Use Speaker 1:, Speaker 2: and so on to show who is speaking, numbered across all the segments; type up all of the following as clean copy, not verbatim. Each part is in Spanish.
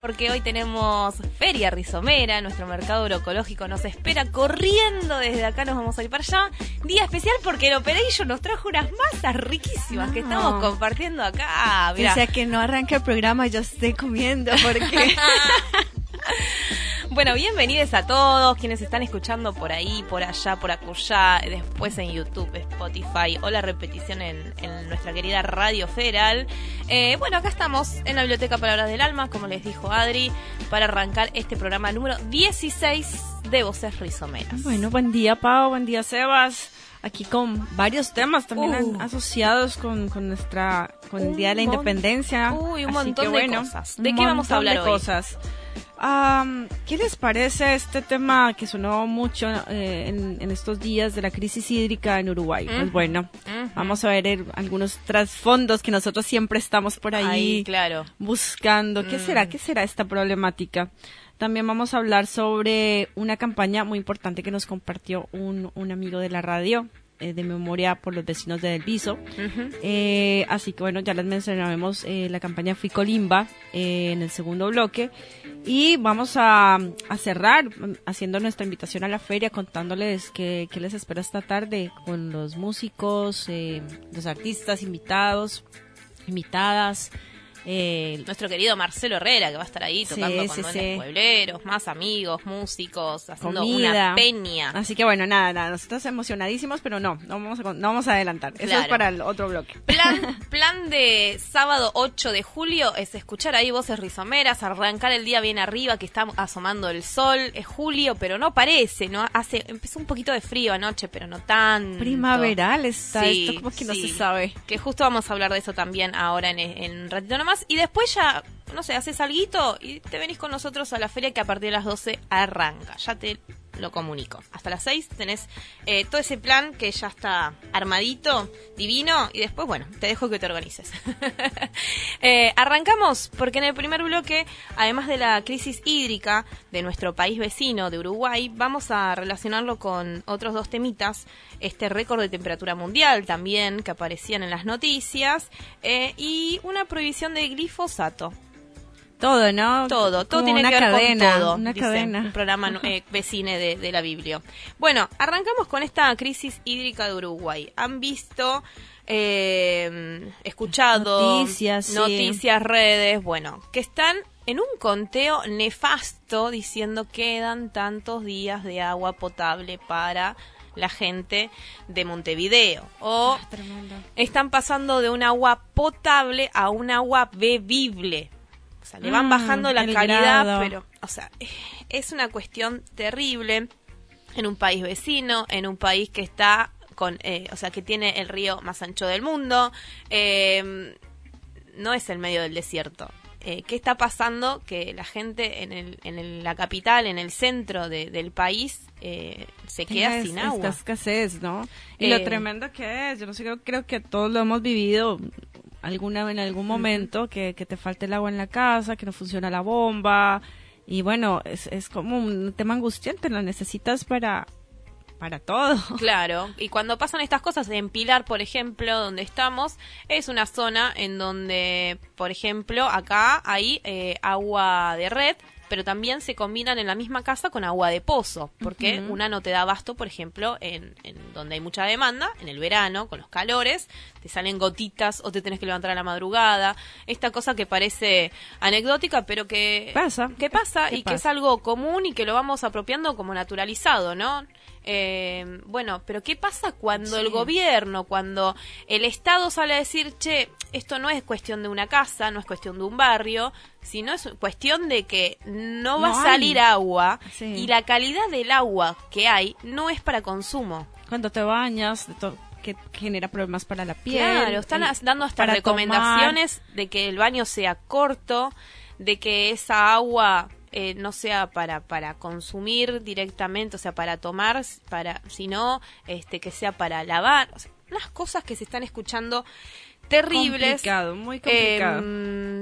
Speaker 1: porque hoy tenemos Feria Rizomera, nuestro mercado agroecológico nos espera corriendo desde acá, nos vamos a ir para allá. Día especial porque el Operation nos trajo unas masas riquísimas que estamos compartiendo acá. Mirá.
Speaker 2: O sea que no arranca el programa, yo estoy comiendo porque...
Speaker 1: Bueno, bienvenidos a todos quienes están escuchando por ahí, por allá, por acullá, después en YouTube, Spotify o la repetición en nuestra querida Radio Federal. Bueno, acá estamos en la Biblioteca Palabras del Alma, como les dijo Adri, para arrancar este programa número 16 de Voces Rizomeras.
Speaker 2: Bueno, buen día Pau, buen día Sebas. Aquí con varios temas también asociados con el Día de la Independencia.
Speaker 1: Uy, un montón de cosas. ¿De qué vamos a hablar hoy?
Speaker 2: ¿Qué les parece este tema que sonó mucho en estos días de la crisis hídrica en Uruguay? Pues bueno, vamos a ver algunos trasfondos que nosotros siempre estamos por ahí
Speaker 1: claro,
Speaker 2: buscando. ¿Qué será esta problemática? También vamos a hablar sobre una campaña muy importante que nos compartió un amigo de la radio, de Memoria por los Vecinos de Del Viso. Así que bueno, ya les mencionaremos la campaña Fricolimba en el segundo bloque. Y vamos a cerrar haciendo nuestra invitación a la feria, contándoles qué les espera esta tarde con los músicos, los artistas invitados, invitadas.
Speaker 1: Nuestro querido Marcelo Herrera, que va a estar ahí tocando con duendes puebleros, más amigos, músicos, haciendo una peña.
Speaker 2: Así que bueno, nada, nosotros emocionadísimos, pero no vamos a adelantar. Claro. Eso es para el otro bloque.
Speaker 1: Plan de sábado 8 de julio es escuchar ahí Voces Rizomeras, arrancar el día bien arriba, que está asomando el sol. Es julio, pero no parece, ¿no? Empezó un poquito de frío anoche, pero no tanto.
Speaker 2: Primaveral está esto, como que no se sabe.
Speaker 1: Que justo vamos a hablar de eso también ahora en un ratito nomás. Y después ya, no sé, haces alguito y te venís con nosotros a la feria que a partir de las 12 arranca. Ya te lo comunico. Hasta las 6 tenés todo ese plan que ya está armadito, divino, y después, bueno, te dejo que te organices. Arrancamos porque en el primer bloque, además de la crisis hídrica de nuestro país vecino, de Uruguay, vamos a relacionarlo con otros dos temitas. Este récord de temperatura mundial también que aparecían en las noticias y una prohibición de glifosato.
Speaker 2: Todo, ¿no?
Speaker 1: Todo tiene que ver con todo.
Speaker 2: Una cadena.
Speaker 1: Un programa vecine de la Biblia. Bueno, arrancamos con esta crisis hídrica de Uruguay. ¿Han visto, escuchado noticias, redes? Bueno, que están en un conteo nefasto diciendo quedan tantos días de agua potable para la gente de Montevideo. O están pasando de un agua potable a un agua bebible. O sea, le van bajando la calidad, grado. Pero, o sea, es una cuestión terrible en un país vecino, en un país que está con, o sea, que tiene el río más ancho del mundo, no es el medio del desierto. ¿Qué está pasando? Que la gente en la capital, en el centro del país, se queda sin agua.
Speaker 2: Esta escasez, ¿no? Y lo tremendo que es, yo no sé, creo que todos lo hemos vivido en algún momento, que te falte el agua en la casa, que no funciona la bomba, y bueno, es como un tema angustiante, lo necesitas para todo.
Speaker 1: Claro, y cuando pasan estas cosas, en Pilar, por ejemplo, donde estamos, es una zona en donde, por ejemplo, acá hay agua de red, pero también se combinan en la misma casa con agua de pozo, porque una no te da abasto, por ejemplo, en donde hay mucha demanda, en el verano, con los calores, te salen gotitas o te tenés que levantar a la madrugada, esta cosa que parece anecdótica, pero que pasa y que es algo común y que lo vamos apropiando como naturalizado, ¿no? Bueno, pero ¿qué pasa cuando el gobierno, cuando el Estado sale a decir, che, esto no es cuestión de una casa, no es cuestión de un barrio, sino es cuestión de que no va a salir agua y la calidad del agua que hay no es para consumo?
Speaker 2: Cuando te bañas, que genera problemas para la piel.
Speaker 1: Claro, están dando hasta recomendaciones de que el baño sea corto, de que esa agua no sea para consumir directamente, o sea, para tomar, sino que sea para lavar. O sea, unas cosas que se están escuchando terribles.
Speaker 2: Complicado, muy complicado.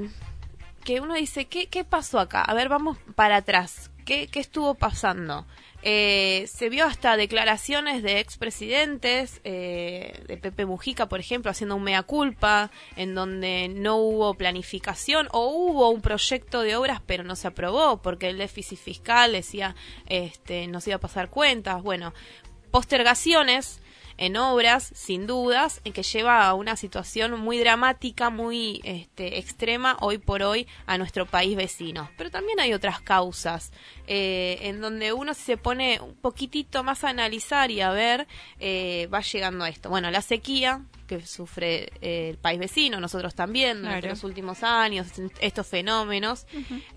Speaker 1: Que uno dice, ¿qué pasó acá? A ver, vamos para atrás. ¿Qué estuvo pasando? Se vio hasta declaraciones de expresidentes, de Pepe Mujica, por ejemplo, haciendo un mea culpa, en donde no hubo planificación o hubo un proyecto de obras pero no se aprobó porque el déficit fiscal decía no se iba a pasar cuentas. Bueno, postergaciones en obras, sin dudas, en que lleva a una situación muy dramática, muy extrema hoy por hoy a nuestro país vecino. Pero también hay otras causas en donde uno, si se pone un poquitito más a analizar y a ver, va llegando a esto. Bueno, la sequía que sufre el país vecino, nosotros también, durante los últimos años, estos fenómenos,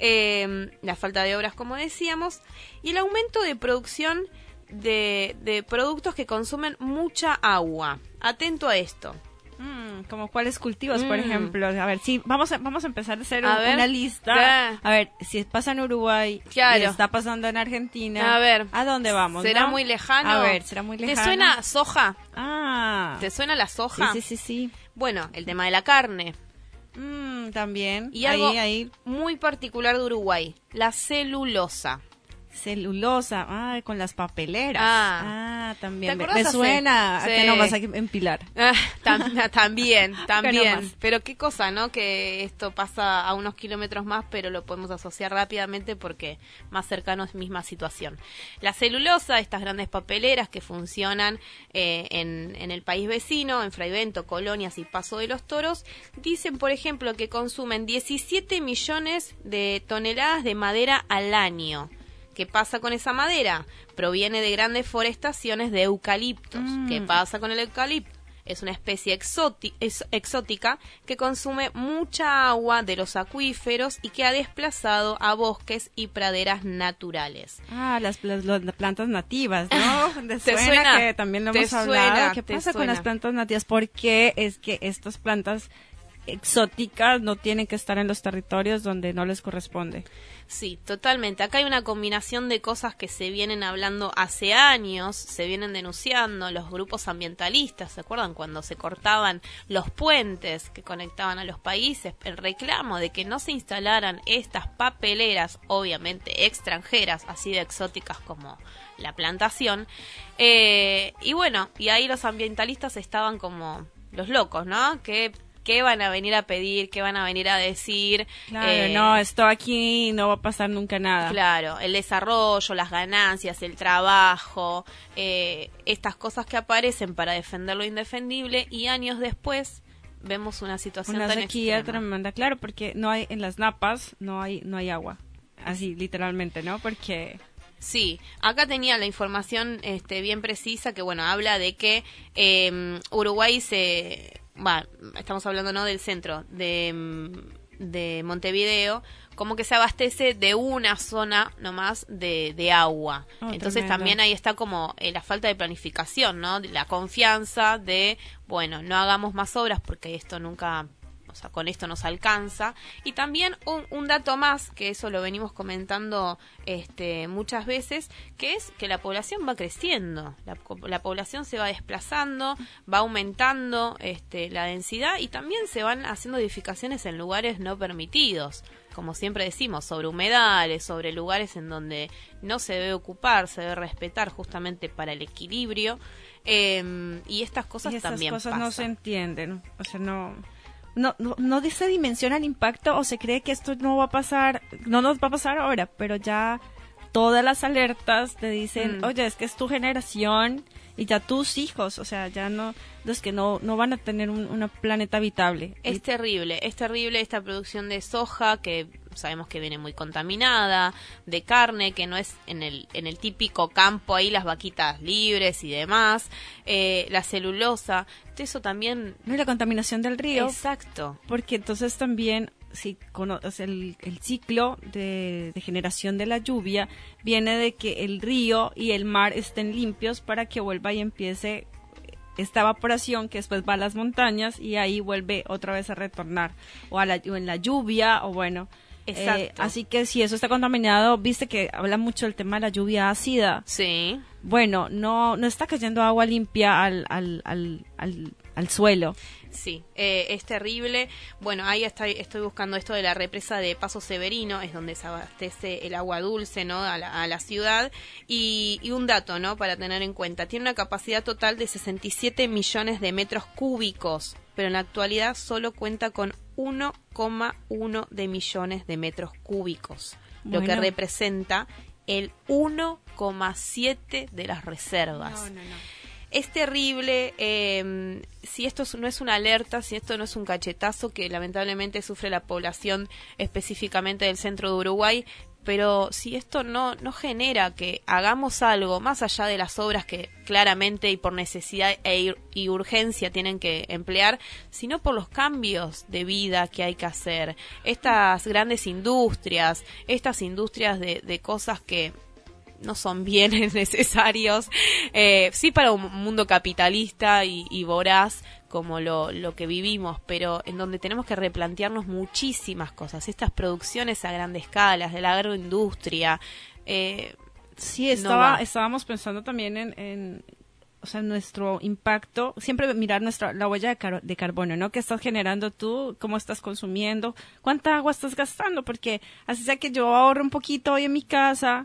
Speaker 1: la falta de obras, como decíamos, y el aumento de producción de productos que consumen mucha agua. Atento a esto.
Speaker 2: ¿Como cuáles cultivos, por ejemplo? A ver, sí, vamos a empezar a hacer una lista. A ver, si pasa en Uruguay, y está pasando en Argentina,
Speaker 1: a ver,
Speaker 2: ¿a dónde vamos?
Speaker 1: ¿Será muy lejano?
Speaker 2: A ver, ¿será muy lejano?
Speaker 1: ¿Te suena soja?
Speaker 2: ¿Te
Speaker 1: suena la soja?
Speaker 2: Sí.
Speaker 1: Bueno, el tema de la carne.
Speaker 2: También.
Speaker 1: Y algo muy particular de Uruguay, la celulosa.
Speaker 2: Celulosa, con las papeleras. También. Me suena
Speaker 1: sí.
Speaker 2: a que no vas a empilar.
Speaker 1: También.
Speaker 2: No,
Speaker 1: pero qué cosa, ¿no? Que esto pasa a unos kilómetros más, pero lo podemos asociar rápidamente porque más cercano es misma situación. La celulosa, estas grandes papeleras que funcionan en el país vecino, en Fraivento, Colonias y Paso de los Toros, dicen, por ejemplo, que consumen 17 millones de toneladas de madera al año. ¿Qué pasa con esa madera? Proviene de grandes forestaciones de eucaliptos. ¿Qué pasa con el eucalipto? Es una especie exótica que consume mucha agua de los acuíferos y que ha desplazado a bosques y praderas naturales.
Speaker 2: Las plantas nativas, ¿no? ¿Te suena que también lo hemos hablado? ¿Qué pasa con las plantas nativas? ¿Por qué es que estas plantas exóticas no tienen que estar en los territorios donde no les corresponde?
Speaker 1: Sí, totalmente. Acá hay una combinación de cosas que se vienen hablando hace años, se vienen denunciando los grupos ambientalistas. ¿Se acuerdan cuando se cortaban los puentes que conectaban a los países? El reclamo de que no se instalaran estas papeleras, obviamente extranjeras, así de exóticas como la plantación. Y bueno, y ahí los ambientalistas estaban como los locos, ¿no? ¿Qué van a venir a pedir? ¿Qué van a venir a decir?
Speaker 2: Claro, no, esto aquí no va a pasar nunca nada.
Speaker 1: Claro, el desarrollo, las ganancias, el trabajo, estas cosas que aparecen para defender lo indefendible, y años después vemos una situación tan
Speaker 2: sequía
Speaker 1: extrema.
Speaker 2: Tremenda, claro, porque no hay en las napas no hay agua, así literalmente, ¿no? Porque
Speaker 1: sí, acá tenía la información bien precisa que, bueno, habla de que Uruguay estamos hablando, ¿no?, del centro de Montevideo, como que se abastece de una zona nomás de agua. Entonces
Speaker 2: tremendo.
Speaker 1: También ahí está como la falta de planificación, ¿no? La confianza de, bueno, no hagamos más obras porque esto nunca... O sea, con esto nos alcanza. Y también un dato más, que eso lo venimos comentando muchas veces, que es que la población va creciendo. La población se va desplazando, va aumentando la densidad, y también se van haciendo edificaciones en lugares no permitidos. Como siempre decimos, sobre humedales, sobre lugares en donde no se debe ocupar, se debe respetar justamente para el equilibrio. Y estas cosas también pasan.
Speaker 2: No se entienden, o sea, no se dimensiona el impacto, o se cree que esto no nos va a pasar ahora, pero ya todas las alertas te dicen, oye, es que es tu generación y ya tus hijos, o sea, ya no, los que no van a tener un planeta habitable.
Speaker 1: Es terrible esta producción de soja, que sabemos que viene muy contaminada, de carne, que no es en el típico campo ahí, las vaquitas libres y demás, la celulosa, eso también...
Speaker 2: No, y la contaminación del río.
Speaker 1: Exacto.
Speaker 2: Porque entonces también, si conoces el ciclo de generación de la lluvia, viene de que el río y el mar estén limpios para que vuelva y empiece esta evaporación, que después va a las montañas y ahí vuelve otra vez a retornar, o en la lluvia, o bueno...
Speaker 1: Exacto.
Speaker 2: Así que si eso está contaminado, viste que habla mucho del tema de la lluvia ácida.
Speaker 1: Sí.
Speaker 2: Bueno, no está cayendo agua limpia al suelo.
Speaker 1: Sí, es terrible. Bueno, ahí estoy buscando esto de la represa de Paso Severino, es donde se abastece el agua dulce, ¿no? a la ciudad. Y un dato, ¿no? Para tener en cuenta, tiene una capacidad total de 67 millones de metros cúbicos, pero en la actualidad solo cuenta con 1,1 de millones de metros cúbicos, lo que representa el 1,7 de las reservas. No. Es terrible. Si esto no es una alerta, si esto no es un cachetazo que lamentablemente sufre la población específicamente del centro de Uruguay, pero si esto no genera que hagamos algo más allá de las obras que claramente y por necesidad y urgencia tienen que emplear, sino por los cambios de vida que hay que hacer. Estas grandes industrias, de cosas que no son bienes necesarios, sí para un mundo capitalista y voraz como lo que vivimos, pero en donde tenemos que replantearnos muchísimas cosas, estas producciones a grandes escalas de la agroindustria.
Speaker 2: Sí, estábamos pensando también en o sea, nuestro impacto, siempre mirar la huella de carbono, ¿no? ¿Qué estás generando tú? ¿Cómo estás consumiendo? ¿Cuánta agua estás gastando? Porque así sea que yo ahorro un poquito hoy en mi casa,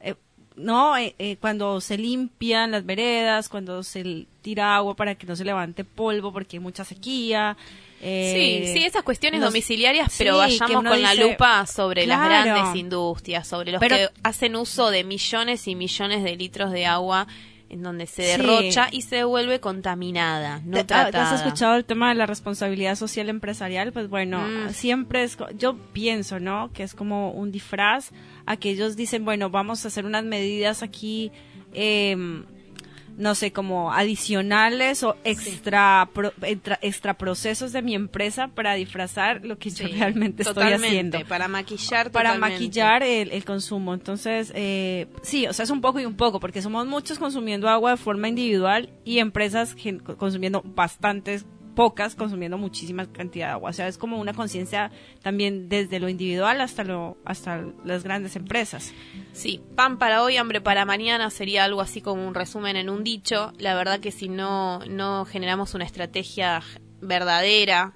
Speaker 2: cuando se limpian las veredas, cuando se tira agua para que no se levante polvo porque hay mucha sequía.
Speaker 1: Sí, esas cuestiones domiciliarias, pero vayamos con la lupa sobre las grandes industrias, sobre los que hacen uso de millones y millones de litros de agua en donde se derrocha y se vuelve contaminada, no tratada.
Speaker 2: ¿Has escuchado el tema de la responsabilidad social empresarial? Pues bueno, siempre yo pienso, ¿no? Que es como un disfraz a que ellos dicen, bueno, vamos a hacer unas medidas aquí, no sé, como adicionales o extra procesos de mi empresa para disfrazar lo que yo realmente estoy haciendo.
Speaker 1: Para maquillar
Speaker 2: el consumo. Entonces, sí, o sea, es un poco y un poco, porque somos muchos consumiendo agua de forma individual y empresas consumiendo pocas consumiendo muchísima cantidad de agua. O sea, es como una conciencia también desde lo individual hasta las grandes empresas.
Speaker 1: Sí, pan para hoy, hambre para mañana sería algo así como un resumen en un dicho. La verdad que si no generamos una estrategia verdadera,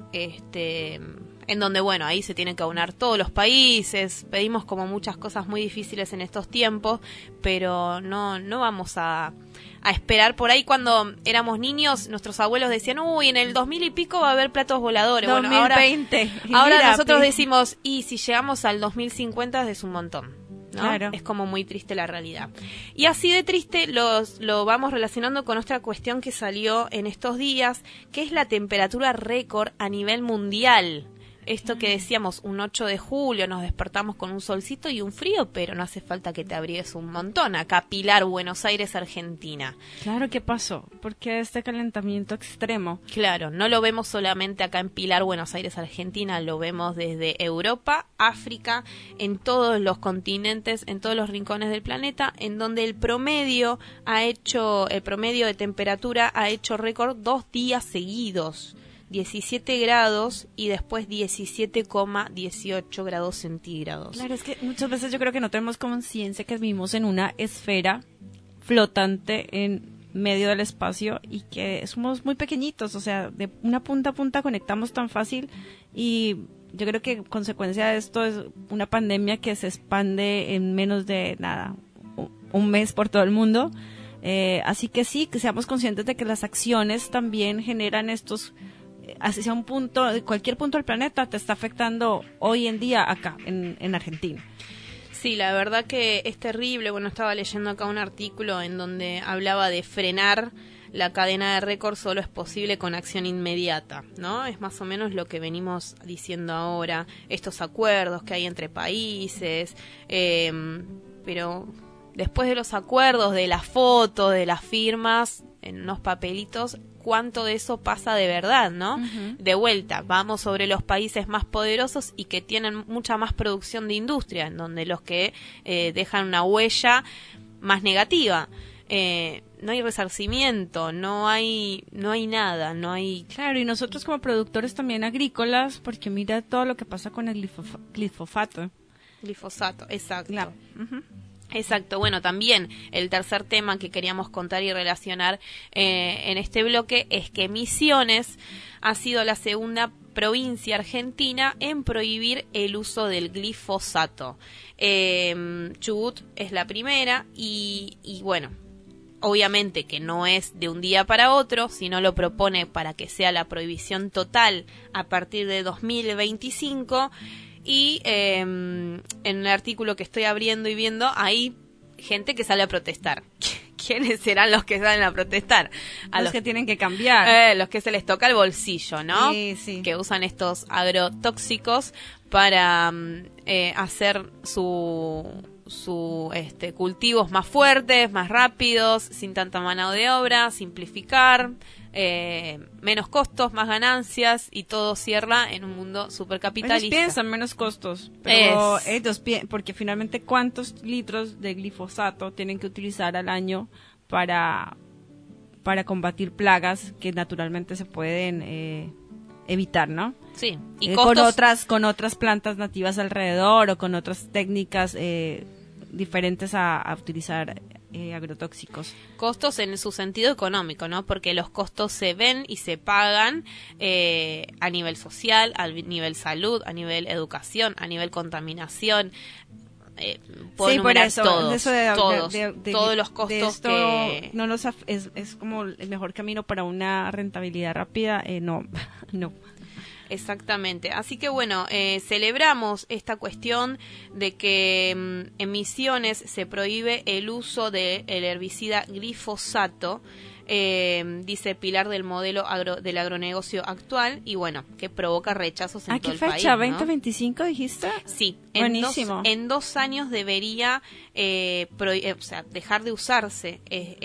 Speaker 1: en donde, bueno, ahí se tienen que aunar todos los países, pedimos como muchas cosas muy difíciles en estos tiempos, pero no vamos a esperar. Por ahí cuando éramos niños, nuestros abuelos decían, uy, en el 2000 y pico va a haber platos voladores.
Speaker 2: 2020.
Speaker 1: Bueno, ahora nosotros decimos, y si llegamos al 2050 es un montón, ¿no? Claro. Es como muy triste la realidad. Y así de triste lo vamos relacionando con otra cuestión que salió en estos días, que es la temperatura récord a nivel mundial. Esto que decíamos, un 8 de julio nos despertamos con un solcito y un frío, pero no hace falta que te abrigues un montón. Acá Pilar, Buenos Aires, Argentina.
Speaker 2: Claro, ¿qué pasó? ¿Por qué este calentamiento extremo?
Speaker 1: Claro, no lo vemos solamente acá en Pilar, Buenos Aires, Argentina, lo vemos desde Europa, África, en todos los continentes, en todos los rincones del planeta, en donde el promedio de temperatura ha hecho récord 2 días seguidos. 17 grados y después 17,18 grados centígrados.
Speaker 2: Claro, es que muchas veces yo creo que no tenemos conciencia que vivimos en una esfera flotante en medio del espacio y que somos muy pequeñitos, o sea, de una punta a punta conectamos tan fácil y yo creo que consecuencia de esto es una pandemia que se expande en menos de un mes por todo el mundo. Así que sí, que seamos conscientes de que las acciones también generan estos hacia un punto, cualquier punto del planeta te está afectando hoy en día acá, en Argentina.
Speaker 1: Sí, la verdad que es terrible. Bueno, estaba leyendo acá un artículo en donde hablaba de frenar la cadena de récord solo es posible con acción inmediata, ¿no? Es más o menos lo que venimos diciendo ahora, estos acuerdos que hay entre países, pero después de los acuerdos, de las fotos, de las firmas, en unos papelitos, cuánto de eso pasa de verdad, ¿no? Uh-huh. De vuelta, vamos sobre los países más poderosos y que tienen mucha más producción de industria, en donde los que dejan una huella más negativa. no hay resarcimiento, no hay nada, no hay...
Speaker 2: Claro, y nosotros como productores también agrícolas, porque mira todo lo que pasa con el glifosato.
Speaker 1: Glifosato, exacto.
Speaker 2: Ujú.
Speaker 1: Exacto, bueno, también el tercer tema que queríamos contar y relacionar en este bloque es que Misiones ha sido la segunda provincia argentina en prohibir el uso del glifosato. Chubut es la primera y bueno, obviamente que no es de un día para otro, sino lo propone para que sea la prohibición total a partir de 2025. Y en el artículo que estoy abriendo y viendo, hay gente que sale a protestar. ¿Quiénes serán los que salen a protestar?
Speaker 2: Los que tienen que cambiar.
Speaker 1: Los que se les toca el bolsillo, ¿no?
Speaker 2: Sí, sí.
Speaker 1: Que usan estos agrotóxicos para hacer cultivos más fuertes, más rápidos, sin tanta mano de obra, simplificar, menos costos, más ganancias, y todo cierra en un mundo supercapitalista.
Speaker 2: Ellos piensan menos costos, pero porque finalmente ¿cuántos litros de glifosato tienen que utilizar al año para combatir plagas que naturalmente se pueden evitar, ¿no?
Speaker 1: Sí, y
Speaker 2: con otras plantas nativas alrededor o con otras técnicas diferentes a utilizar agrotóxicos.
Speaker 1: Costos en su sentido económico, ¿no? Porque los costos se ven y se pagan a nivel social, a nivel salud, a nivel educación, a nivel contaminación. Puedo enumerar todos los costos que...
Speaker 2: No es como el mejor camino para una rentabilidad rápida, no.
Speaker 1: Exactamente. Así que bueno, celebramos esta cuestión de que en Misiones se prohíbe el uso del herbicida glifosato, dice Pilar, del modelo del agronegocio actual, y bueno, que provoca rechazos en todo el país.
Speaker 2: ¿A qué fecha? ¿2025 dijiste?
Speaker 1: Sí,
Speaker 2: buenísimo.
Speaker 1: En 2 años debería dejar de usarse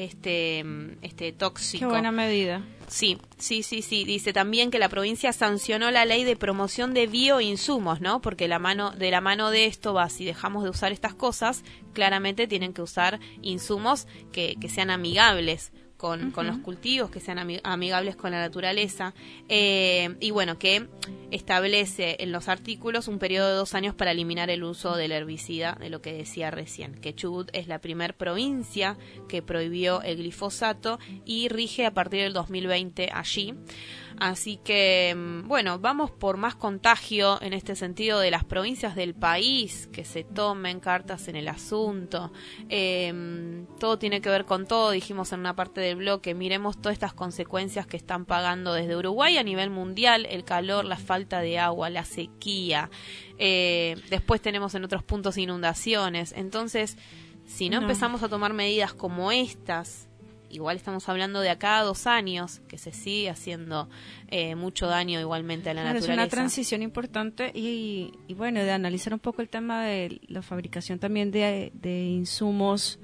Speaker 1: este tóxico.
Speaker 2: Qué buena medida.
Speaker 1: Sí. Dice también que la provincia sancionó la ley de promoción de bioinsumos, ¿no? Porque de la mano de esto va, si dejamos de usar estas cosas, claramente tienen que usar insumos que sean amigables con los cultivos, que sean amigables con la naturaleza, y bueno, que establece en los artículos un periodo de 2 años para eliminar el uso del herbicida, de lo que decía recién, que Chubut es la primer provincia que prohibió el glifosato y rige a partir del 2020 allí. Así que, bueno, vamos por más contagio en este sentido de las provincias del país, que se tomen cartas en el asunto. Todo tiene que ver con todo, dijimos en una parte del bloque, miremos todas estas consecuencias que están pagando desde Uruguay a nivel mundial, el calor, la falta de agua, la sequía. Después tenemos en otros puntos inundaciones. Entonces, si no empezamos a tomar medidas como estas, igual estamos hablando de acá a 2 años, que se sigue haciendo mucho daño igualmente a la naturaleza.
Speaker 2: Es una transición importante y bueno, de analizar un poco el tema de la fabricación también de insumos,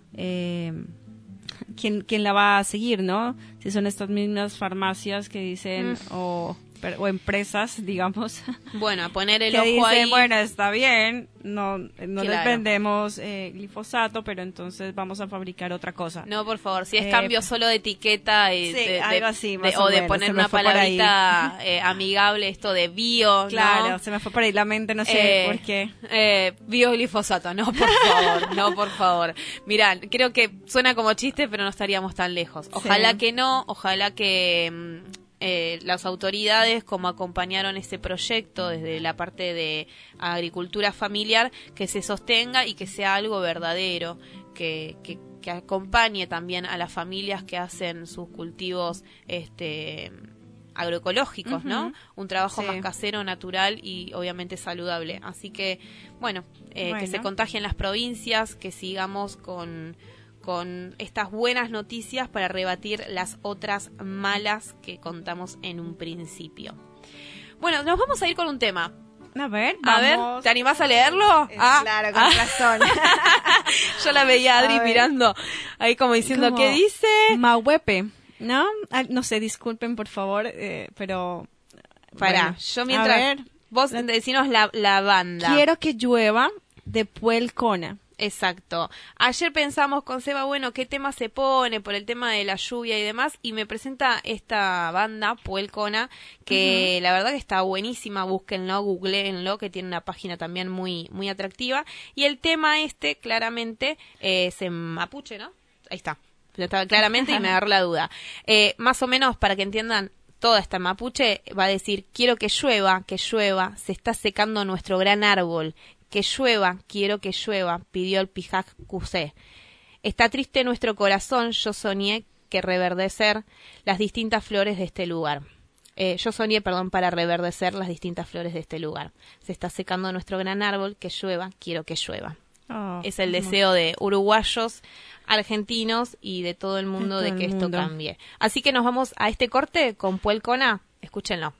Speaker 2: ¿quién la va a seguir, no? Si son estas mismas farmacias que dicen, o empresas, digamos.
Speaker 1: Bueno, a poner el
Speaker 2: que
Speaker 1: ojo
Speaker 2: dicen,
Speaker 1: ahí.
Speaker 2: bueno, está bien, no les
Speaker 1: Claro.
Speaker 2: vendemos glifosato, pero entonces vamos a fabricar otra cosa.
Speaker 1: No, por favor, si es cambio solo de etiqueta
Speaker 2: algo así, más
Speaker 1: o
Speaker 2: o
Speaker 1: de
Speaker 2: menos,
Speaker 1: poner
Speaker 2: se me
Speaker 1: una
Speaker 2: fue por ahí.
Speaker 1: palabrita amigable, esto de bio,
Speaker 2: Claro,
Speaker 1: ¿no?
Speaker 2: se me fue por ahí la mente, no sé por qué.
Speaker 1: Bioglifosato, no, por favor, no, por favor. Mirá, creo que suena como chiste, pero no estaríamos tan lejos. Ojalá que no, ojalá que las autoridades, como acompañaron ese proyecto desde la parte de agricultura familiar, que se sostenga y que sea algo verdadero, que acompañe también a las familias que hacen sus cultivos agroecológicos, ¿no? Un trabajo más casero, natural y obviamente saludable. Así que, bueno, que se contagien las provincias, que sigamos con estas buenas noticias para rebatir las otras malas que contamos en un principio. Bueno, nos vamos a ir con un tema.
Speaker 2: A ver,
Speaker 1: ¿te animás a leerlo?
Speaker 2: Claro, con razón.
Speaker 1: Yo la veía a Adri mirando ahí como diciendo, ¿qué dice?
Speaker 2: Mahuepe, ¿no? No sé, disculpen por favor, pero...
Speaker 1: Pará, yo mientras... Vos decinos la banda.
Speaker 2: Quiero que llueva de Puelcona.
Speaker 1: Exacto. Ayer pensamos con Seba, bueno, qué tema se pone por el tema de la lluvia y demás, y me presenta esta banda, Puelcona, que la verdad que está buenísima, búsquenlo, googleenlo, que tiene una página también muy, muy atractiva, y el tema claramente, es en mapuche, ¿no? Ahí está. Ya estaba claramente y me agarró la duda. Más o menos, para que entiendan, toda esta mapuche va a decir, quiero que llueva, se está secando nuestro gran árbol, que llueva, quiero que llueva, pidió el Pijac Cusé. Está triste nuestro corazón, yo soñé que reverdecer las distintas flores de este lugar. Yo soñé, para reverdecer las distintas flores de este lugar. Se está secando nuestro gran árbol, que llueva, quiero que llueva. Es el deseo de uruguayos, argentinos y de todo el mundo de que esto cambie. Así que nos vamos a este corte con Puelcona. Escúchenlo.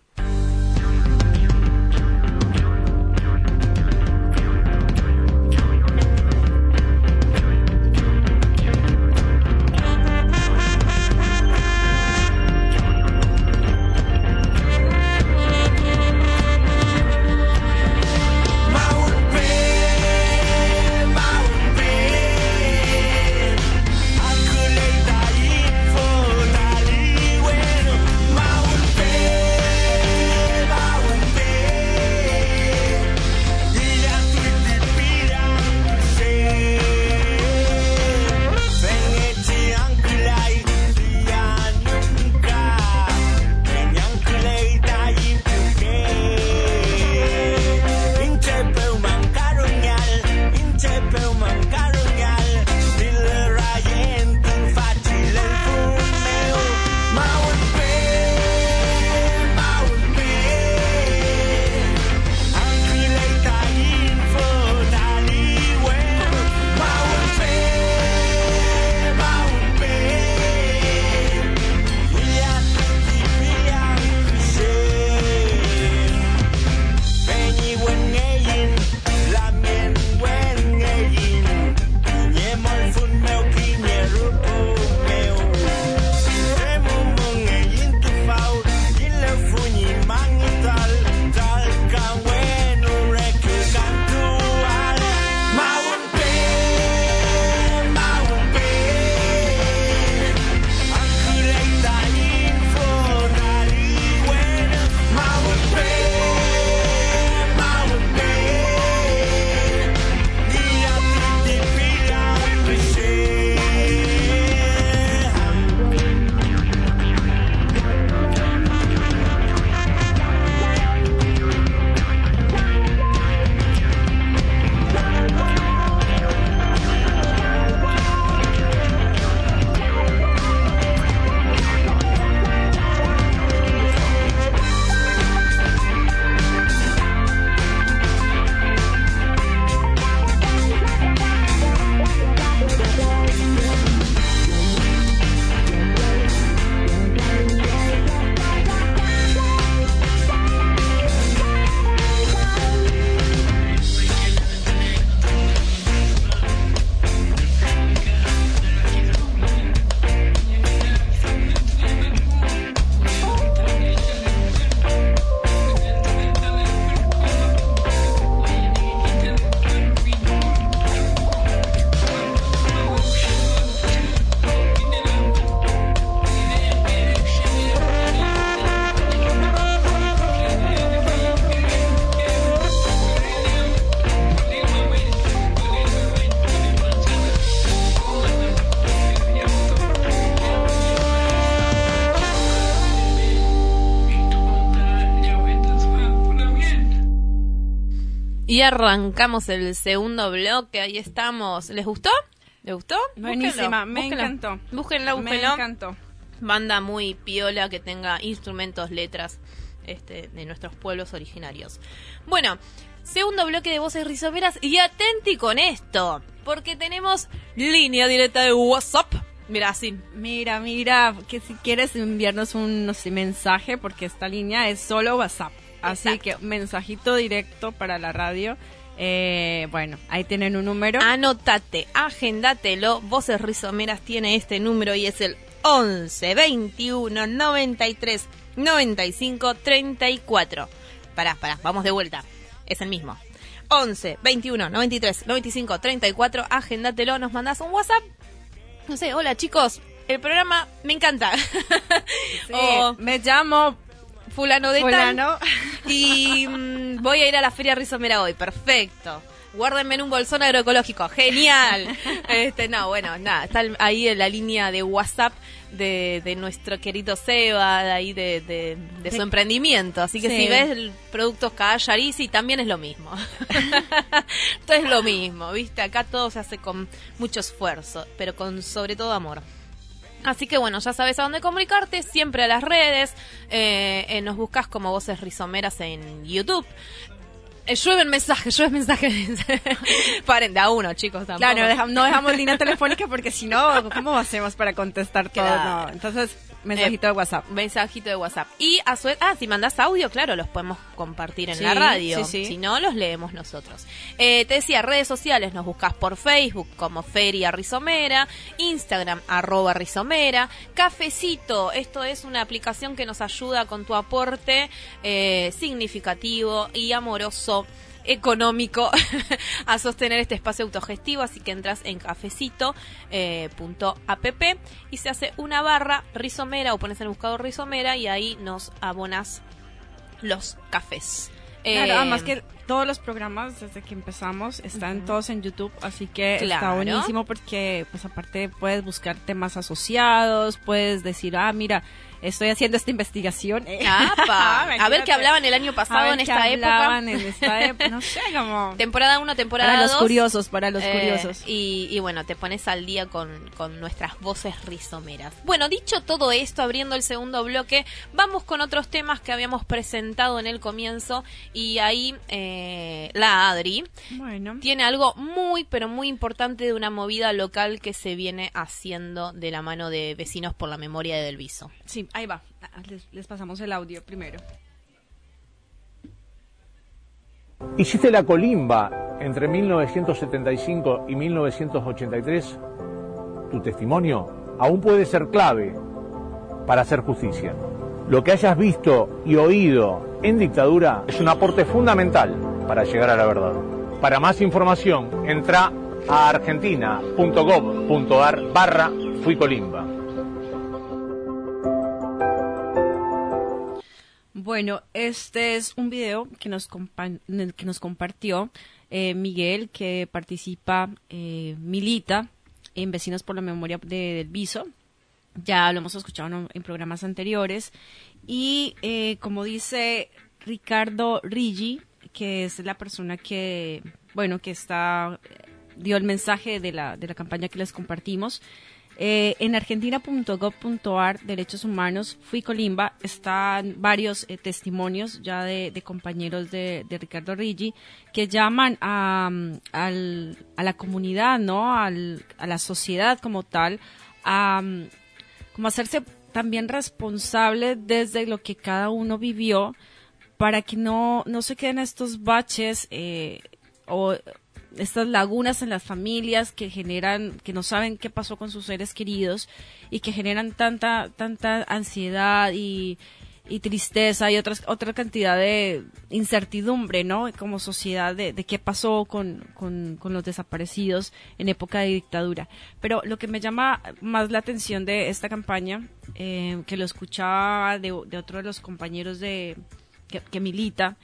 Speaker 1: Y arrancamos el segundo bloque, ahí estamos. ¿Les gustó? ¿Les gustó?
Speaker 2: Buenísima, me encantó.
Speaker 1: Búsquenla.
Speaker 2: Me encantó.
Speaker 1: Banda muy piola que tenga instrumentos, letras de nuestros pueblos originarios. Bueno, segundo bloque de Voces Rizomeras y atenti con esto, porque tenemos línea directa de WhatsApp. Mira, así.
Speaker 2: Mira, que si quieres enviarnos un mensaje, porque esta línea es solo WhatsApp. Así Exacto. Que mensajito directo para la radio. Bueno, ahí tienen un número.
Speaker 1: Anótate, agéndatelo. Voces Rizomeras tiene este número y es el 11 21 93 95 34. Pará, vamos de vuelta. Es el mismo. 11 21 93 95 34. Agéndatelo, nos mandás un WhatsApp. No sé, hola chicos, el programa me encanta.
Speaker 2: Sí, o me llamo
Speaker 1: fulano de tal y voy a ir a la Feria Rizomera hoy. Perfecto. Guárdenme en un bolsón agroecológico. Genial. No, bueno, nada, está ahí en la línea de WhatsApp de nuestro querido Seba, de ahí de su emprendimiento. Así que si ves productos Caallarisi, también es lo mismo. Todo es lo mismo, ¿viste? Acá todo se hace con mucho esfuerzo, pero con sobre todo amor. Así que bueno, ya sabes a dónde comunicarte, siempre a las redes, nos buscas como Voces Rizomeras en YouTube. Llueven mensajes. Paren de a uno, chicos, tampoco.
Speaker 2: Claro, no dejamos línea telefónica porque si no, ¿cómo hacemos para contestar todo?
Speaker 1: Claro.
Speaker 2: No, entonces, mensajito de WhatsApp.
Speaker 1: Mensajito de WhatsApp. Y a su si mandás audio, claro, los podemos compartir en la radio.
Speaker 2: Sí.
Speaker 1: Si no, los leemos nosotros. Te decía, redes sociales, nos buscás por Facebook como Feria Rizomera, Instagram @Rizomera, Cafecito, esto es una aplicación que nos ayuda con tu aporte significativo y amoroso, económico a sostener este espacio autogestivo, así que entras en cafecito.app y se hace una barra Rizomera o pones en el buscador Rizomera y ahí nos abonas los cafés.
Speaker 2: Claro, además que todos los programas desde que empezamos están todos en YouTube, así que está buenísimo porque pues aparte puedes buscar temas asociados, puedes decir, mira, estoy haciendo esta investigación.
Speaker 1: A ver qué hablaban el año pasado en esta época.
Speaker 2: No sé, como...
Speaker 1: Temporada 1, temporada 2.
Speaker 2: Para los curiosos.
Speaker 1: Y bueno, te pones al día con nuestras voces rizomeras. Bueno, dicho todo esto, abriendo el segundo bloque, vamos con otros temas que habíamos presentado en el comienzo y ahí la Adri tiene algo muy, pero muy importante de una movida local que se viene haciendo de la mano de Vecinos por la Memoria de Del Viso.
Speaker 2: Sí, ahí va. Les pasamos el audio primero.
Speaker 3: Hiciste la colimba entre 1975 y 1983. Tu testimonio aún puede ser clave para hacer justicia. Lo que hayas visto y oído en dictadura es un aporte fundamental para llegar a la verdad. Para más información, entra a argentina.gov.ar/fuicolimba.
Speaker 2: Bueno, este es un video que nos compartió Miguel, que participa, milita en Vecinos por la Memoria del Viso. Ya lo hemos escuchado en programas anteriores. Y como dice Ricardo Rigi, que es la persona que dio el mensaje de la campaña que les compartimos, en argentina.gov.ar, derechos humanos, Fuicolimba, están varios testimonios ya de compañeros de Ricardo Rigi que llaman a la comunidad, ¿no? A la sociedad como tal, como hacerse también responsable desde lo que cada uno vivió, para que no se queden estos baches o estas lagunas en las familias que no saben qué pasó con sus seres queridos y que generan tanta ansiedad y tristeza y otra cantidad de incertidumbre, ¿no? Como sociedad de qué pasó con los desaparecidos en época de dictadura. Pero lo que me llama más la atención de esta campaña, que lo escuchaba de otro de los compañeros que milita,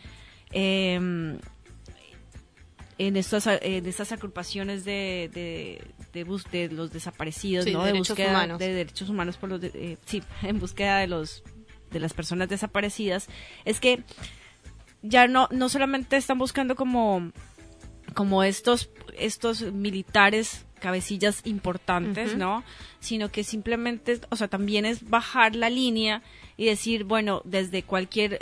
Speaker 2: en estas agrupaciones de los desaparecidos, ¿no? De búsqueda humanos. De derechos humanos en búsqueda de las personas desaparecidas, es que ya no solamente están buscando como estos militares cabecillas importantes, ¿no? Sino que simplemente, o sea, también es bajar la línea y decir, bueno, desde cualquier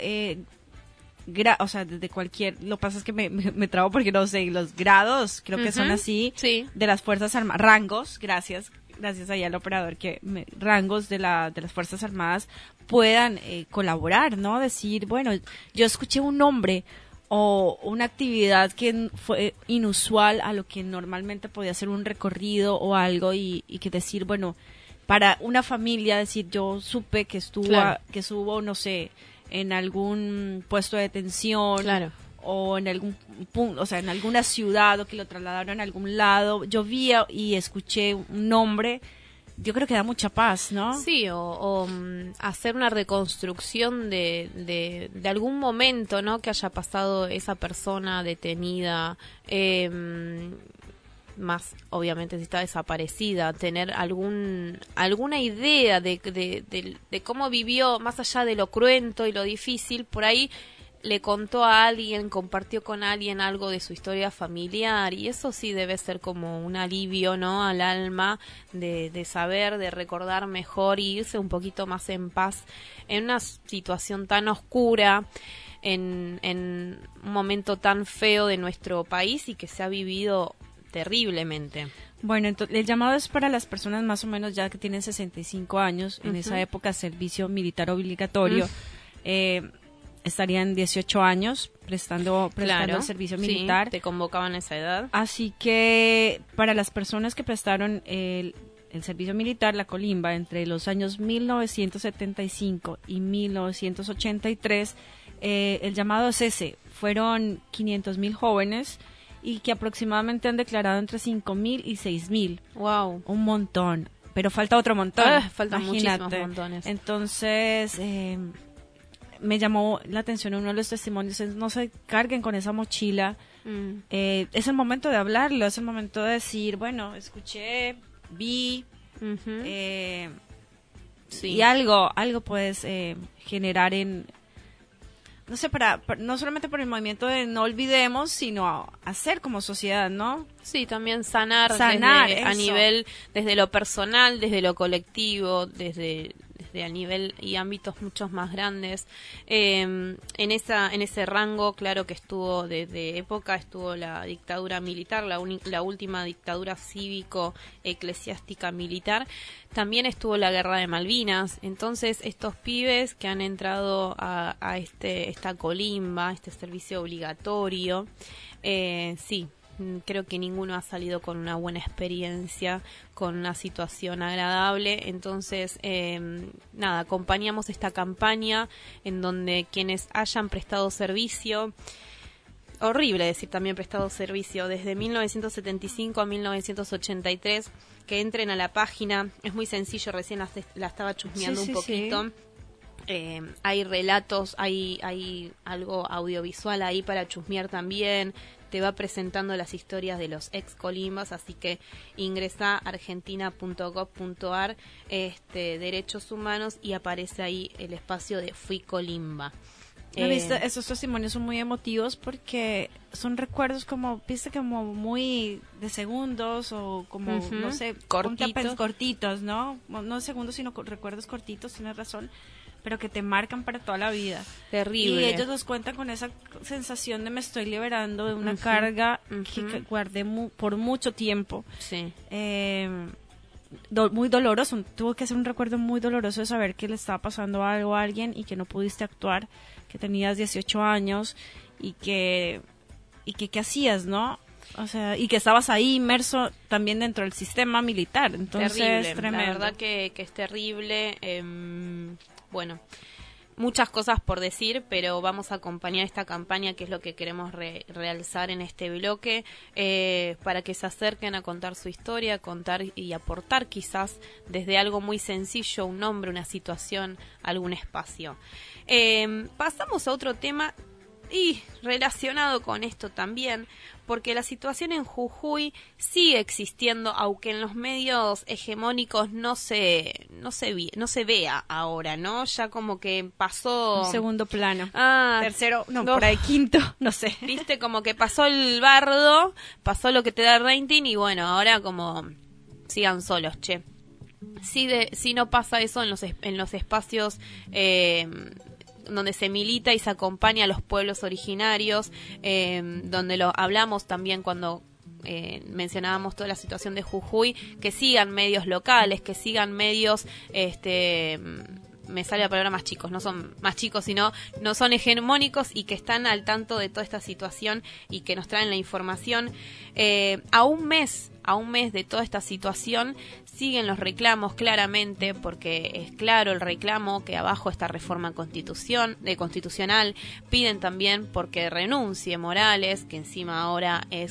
Speaker 2: desde cualquier, lo que pasa es que me trabo porque no sé, los grados, creo que son así, de las Fuerzas Armadas, rangos, gracias ahí al operador, rangos de las Fuerzas Armadas puedan colaborar, ¿no? Decir, bueno, yo escuché un nombre o una actividad que fue inusual a lo que normalmente podía ser un recorrido o algo y que decir, bueno, para una familia decir, yo supe que estuvo, no sé, en algún puesto de detención o en algún punto, o sea, en alguna ciudad, o que lo trasladaron a algún lado, yo vi y escuché un nombre, yo creo que da mucha paz, ¿no?
Speaker 1: Sí, o hacer una reconstrucción de algún momento, ¿no? Que haya pasado esa persona detenida, más obviamente si está desaparecida, tener alguna idea de cómo vivió, más allá de lo cruento y lo difícil, por ahí le contó a alguien, compartió con alguien algo de su historia familiar, y eso sí debe ser como un alivio, ¿no? Al alma, de saber, de recordar mejor y irse un poquito más en paz en una situación tan oscura, en un momento tan feo de nuestro país y que se ha vivido terriblemente.
Speaker 2: Bueno, entonces el llamado es para las personas más o menos ya que tienen 65 años, en esa época servicio militar obligatorio, estarían 18 años prestando
Speaker 1: Claro,
Speaker 2: servicio militar.
Speaker 1: Sí, te convocaban a esa edad.
Speaker 2: Así que para las personas que prestaron el servicio militar, la colimba, entre los años 1975 y 1983, el llamado es ese. Fueron 500,000 jóvenes y que aproximadamente han declarado entre 5,000 y 6,000.
Speaker 1: Wow.
Speaker 2: Un montón. Pero falta otro montón.
Speaker 1: Faltan muchísimos montones.
Speaker 2: Entonces, me llamó la atención uno de los testimonios, es no se carguen con esa mochila. Es el momento de hablarlo, es el momento de decir, bueno, escuché, vi,
Speaker 1: Sí.
Speaker 2: y algo puedes generar en, no sé, para no solamente por el movimiento de no olvidemos, sino hacer como sociedad, ¿no?
Speaker 1: Sí, también sanar
Speaker 2: Sanar,
Speaker 1: a
Speaker 2: eso.
Speaker 1: nivel, desde lo personal, desde lo colectivo, desde a nivel y ámbitos muchos más grandes. En ese rango, claro que estuvo desde época, estuvo la dictadura militar, la última dictadura cívico-eclesiástica militar. También estuvo la guerra de Malvinas. Entonces, estos pibes que han entrado a esta colimba, este servicio obligatorio, sí, creo que ninguno ha salido con una buena experiencia, con una situación agradable. Entonces, nada, acompañamos esta campaña en donde quienes hayan prestado servicio, horrible decir también prestado servicio, desde 1975 a 1983, que entren a la página, es muy sencillo, recién la estaba chusmeando un poquito. Hay relatos, hay algo audiovisual ahí para chusmear también, te va presentando las historias de los ex colimbas, así que ingresa a argentina.gov.ar, derechos humanos, y aparece ahí el espacio de Fui Colimba.
Speaker 2: Esos testimonios son muy emotivos porque son recuerdos como, viste, como muy de segundos o como, no sé, cortitos, ¿no? No segundos, sino recuerdos cortitos, tienes razón, pero que te marcan para toda la vida.
Speaker 1: Terrible.
Speaker 2: Y ellos nos cuentan con esa sensación de me estoy liberando de una carga que guardé por mucho tiempo.
Speaker 1: Sí.
Speaker 2: Muy doloroso, tuvo que ser un recuerdo muy doloroso de saber que le estaba pasando algo a alguien y que no pudiste actuar, que tenías 18 años y que qué hacías, ¿no? O sea, y que estabas ahí inmerso también dentro del sistema militar. Entonces,
Speaker 1: terrible.
Speaker 2: Tremendo.
Speaker 1: La verdad que es terrible. Bueno, muchas cosas por decir, pero vamos a acompañar esta campaña, que es lo que queremos realzar en este bloque, para que se acerquen a contar su historia, a contar y aportar quizás desde algo muy sencillo, un nombre, una situación, algún espacio. Pasamos a otro tema y relacionado con esto también, porque la situación en Jujuy sigue existiendo, aunque en los medios hegemónicos no se vea ahora, ¿no? Ya como que pasó...
Speaker 2: Un segundo plano.
Speaker 1: Tercero,
Speaker 2: no, por ahí quinto, no sé.
Speaker 1: Viste, como que pasó el bardo, pasó lo que te da el rating y bueno, ahora como sigan solos, che. Sí no pasa eso en los espacios... donde se milita y se acompaña a los pueblos originarios, donde lo hablamos también cuando mencionábamos toda la situación de Jujuy, que sigan medios locales, que sigan medios, me sale la palabra más chicos, no son más chicos, sino no son hegemónicos y que están al tanto de toda esta situación y que nos traen la información. A un mes a un mes de toda esta situación, siguen los reclamos claramente, porque es claro el reclamo que abajo esta reforma constitucional, piden también porque renuncie Morales, que encima ahora es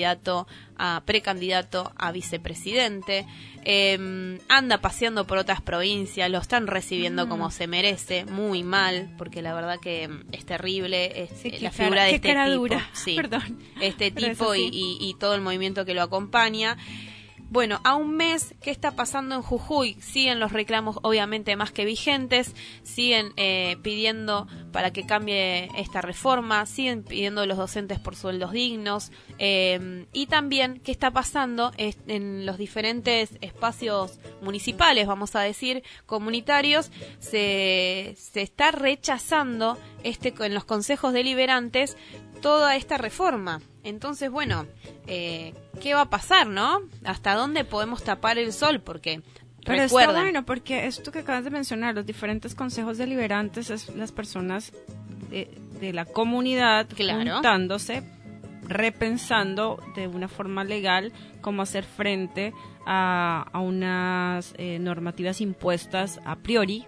Speaker 1: precandidato a vicepresidente, anda paseando por otras provincias, lo están recibiendo como se merece, muy mal, porque la verdad que es terrible la figura de este tipo.
Speaker 2: Dura.
Speaker 1: Sí,
Speaker 2: perdón.
Speaker 1: Este tipo y todo el movimiento que lo acompaña. Bueno, a un mes, ¿qué está pasando en Jujuy? Siguen los reclamos, obviamente, más que vigentes, siguen pidiendo para que cambie esta reforma, siguen pidiendo los docentes por sueldos dignos, y también, ¿qué está pasando en los diferentes espacios municipales, vamos a decir, comunitarios? Se está rechazando en los consejos deliberantes toda esta reforma. Entonces, bueno, ¿qué va a pasar, no? ¿Hasta dónde podemos tapar el sol? Porque
Speaker 2: pero
Speaker 1: recuerden,
Speaker 2: está bueno, porque esto que acabas de mencionar, los diferentes consejos deliberantes, es las personas de la comunidad juntándose, repensando de una forma legal cómo hacer frente a unas normativas impuestas a priori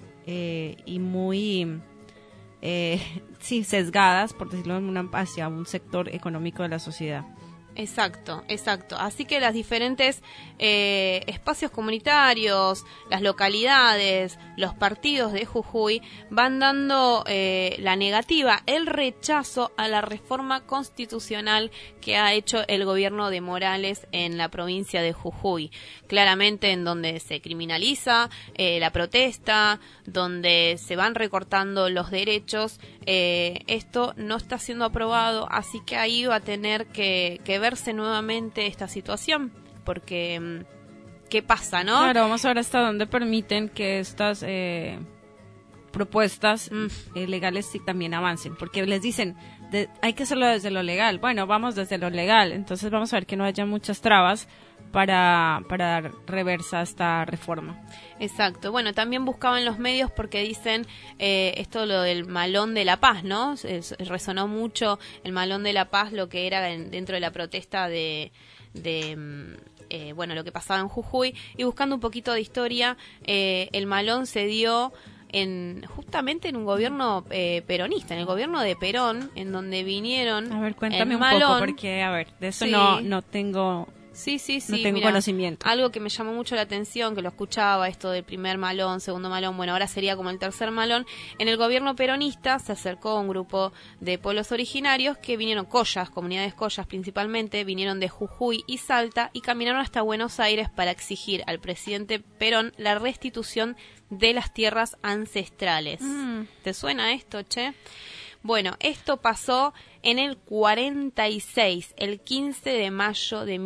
Speaker 2: y muy... sesgadas, por decirlo hacia un sector económico de la sociedad.
Speaker 1: Exacto. Así que las diferentes espacios comunitarios, las localidades, los partidos de Jujuy van dando la negativa, el rechazo a la reforma constitucional que ha hecho el gobierno de Morales en la provincia de Jujuy. Claramente en donde se criminaliza la protesta, donde se van recortando los derechos, esto no está siendo aprobado, así que ahí va a tener que verse nuevamente esta situación, porque ¿qué pasa, no?
Speaker 2: Claro, vamos a ver hasta dónde permiten que estas propuestas legales también avancen, porque les dicen, hay que hacerlo desde lo legal. Bueno, vamos desde lo legal, entonces vamos a ver que no haya muchas trabas para dar reversa a esta reforma.
Speaker 1: Exacto. Bueno, también buscaban los medios porque dicen esto lo del Malón de la Paz, ¿no? Resonó mucho el Malón de la Paz, lo que era dentro de la protesta bueno, lo que pasaba en Jujuy. Y buscando un poquito de historia, el Malón se dio justamente en un gobierno peronista, en el gobierno de Perón, en donde vinieron...
Speaker 2: A ver, cuéntame un
Speaker 1: Malón,
Speaker 2: poco, porque, a ver, de eso
Speaker 1: sí.
Speaker 2: no tengo...
Speaker 1: Sí,
Speaker 2: no tengo
Speaker 1: mira,
Speaker 2: conocimiento.
Speaker 1: Algo que me llamó mucho la atención, que lo escuchaba, esto del primer malón, segundo malón, bueno, ahora sería como el tercer malón. En el gobierno peronista se acercó un grupo de pueblos originarios que vinieron, comunidades collas principalmente, vinieron de Jujuy y Salta y caminaron hasta Buenos Aires para exigir al presidente Perón la restitución de las tierras ancestrales. ¿Te suena esto, che? Bueno, esto pasó en el 46, el 15 de mayo de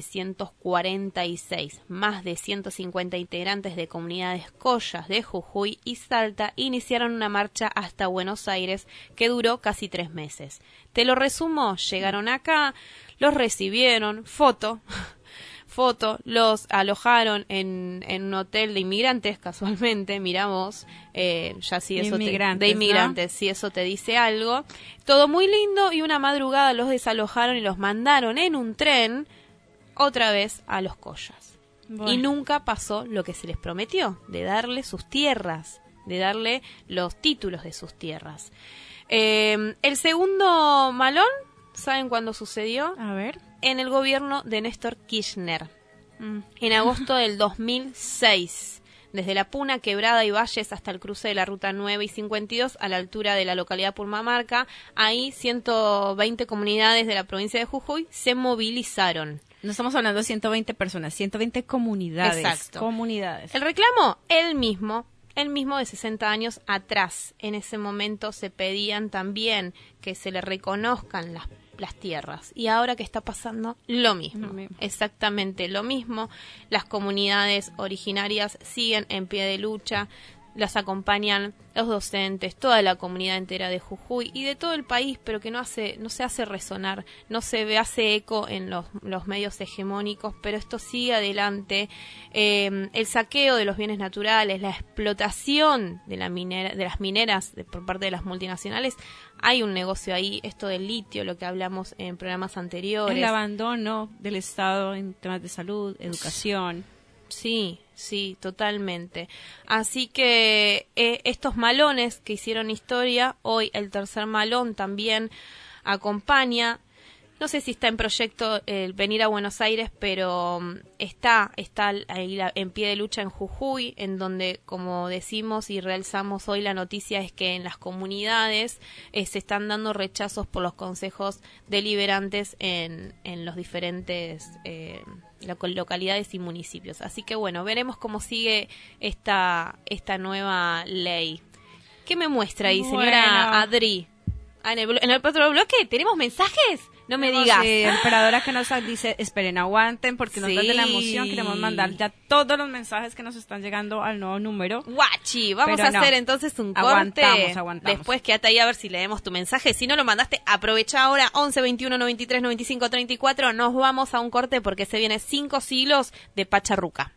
Speaker 1: 1946. Más de 150 integrantes de comunidades collas de Jujuy y Salta iniciaron una marcha hasta Buenos Aires que duró casi 3 meses. Te lo resumo, llegaron acá, los recibieron, foto, los alojaron en un hotel de inmigrantes, casualmente, mira vos, ya si eso de inmigrantes, ¿no? Si eso te dice algo. Todo muy lindo, y una madrugada los desalojaron y los mandaron en un tren otra vez a los collas. Bueno. Y nunca pasó lo que se les prometió, de darle sus tierras, de darle los títulos de sus tierras. El segundo malón, ¿saben cuándo sucedió?
Speaker 2: A ver.
Speaker 1: En el gobierno de Néstor Kirchner, en agosto del 2006, desde La Puna, Quebrada y Valles hasta el cruce de la ruta 9 y 52 a la altura de la localidad Purmamarca. Ahí 120 comunidades de la provincia de Jujuy se movilizaron.
Speaker 2: No estamos hablando de 120 personas, 120 comunidades.
Speaker 1: Exacto.
Speaker 2: Comunidades.
Speaker 1: El reclamo, el mismo de 60 años atrás. En ese momento se pedían también que se le reconozcan las tierras. Y ahora que está pasando lo mismo. Exactamente lo mismo. Las comunidades originarias siguen en pie de lucha. las acompañan los docentes, toda la comunidad entera de Jujuy y de todo el país, pero que no se hace resonar, no se hace eco en los medios hegemónicos, pero esto sigue adelante. El saqueo de los bienes naturales, la explotación de las mineras por parte de las multinacionales, hay un negocio ahí, esto del litio, lo que hablamos en programas anteriores.
Speaker 2: El abandono del Estado en temas de salud, educación.
Speaker 1: Sí, totalmente. Así que estos malones que hicieron historia, hoy el tercer malón también acompaña. No sé si está en proyecto el venir a Buenos Aires, pero está ahí en pie de lucha en Jujuy, en donde, como decimos y realzamos hoy, la noticia es que en las comunidades se están dando rechazos por los consejos deliberantes en los diferentes localidades y municipios. Así que bueno, veremos cómo sigue esta nueva ley. ¿Qué me muestra ahí, señora Adri? En el otro bloque tenemos mensajes. No me digas.
Speaker 2: Emperadora que nos dice, esperen, aguanten, porque nosotros de la emoción queremos mandar ya todos los mensajes que nos están llegando al nuevo número.
Speaker 1: Guachi, vamos a hacer entonces un corte. Aguantamos. Después quédate ahí a ver si leemos tu mensaje. Si no lo mandaste, aprovecha ahora, 11 21 93 95 34. Nos vamos a un corte porque se viene 5 siglos de Pacharruca.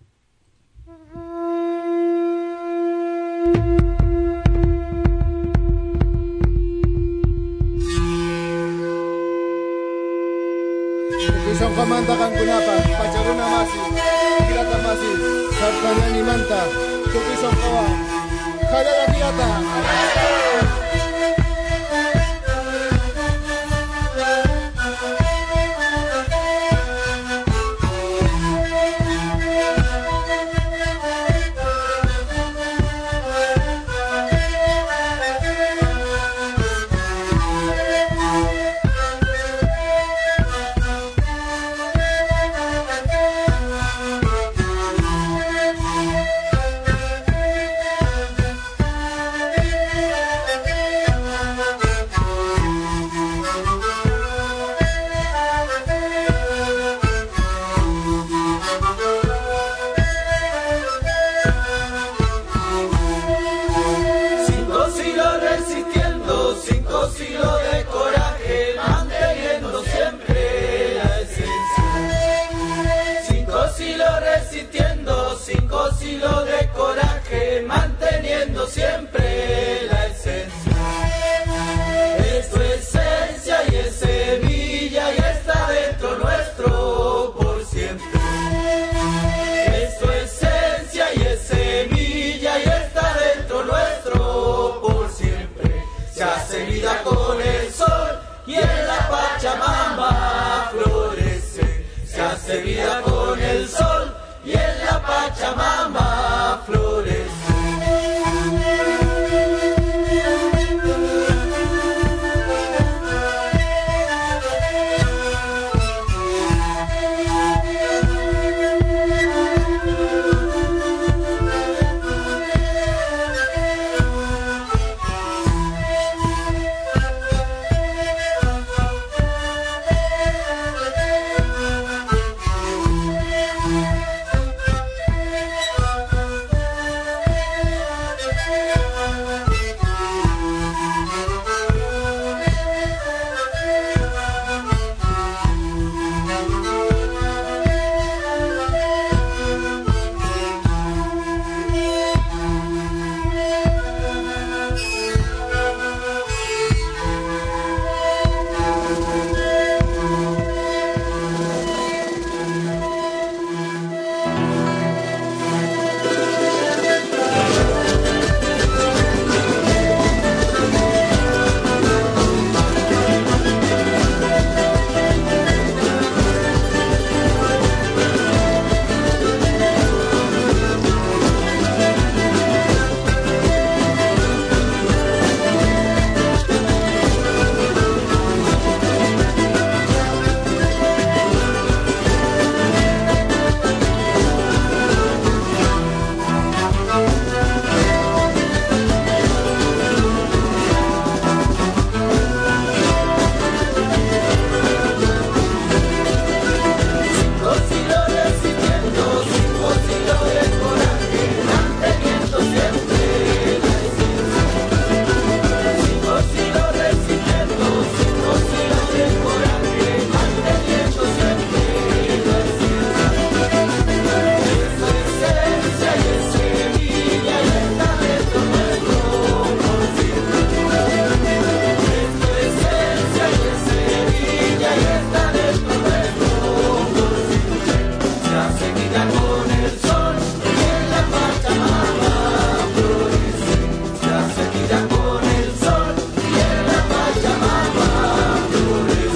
Speaker 4: Isang kamanta kang kunapa, pacharuna masi, kirata masi, sartanya ni manta, tukisong kawa, kaya kirata.
Speaker 5: Siempre la esencia es tu esencia y es semilla y está dentro nuestro por siempre. Es tu esencia y es semilla y está dentro nuestro por siempre. Se hace vida con el sol y en la Pachamama florece. Se hace vida con el sol y en la Pachamama florece. ya se quita con el sol y en la Pachamama florece, ya se quita con el sol y en la Pachamama florece.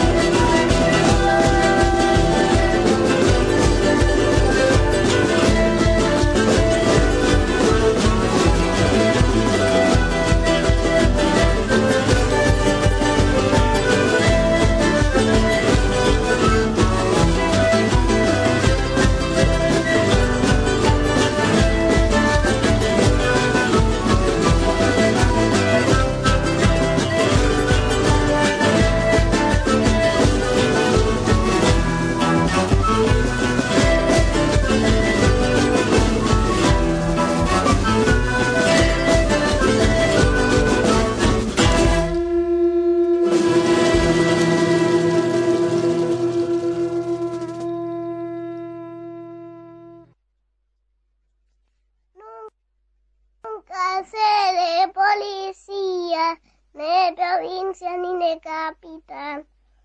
Speaker 6: Nunca seré policía, ni de provincia ni de capital.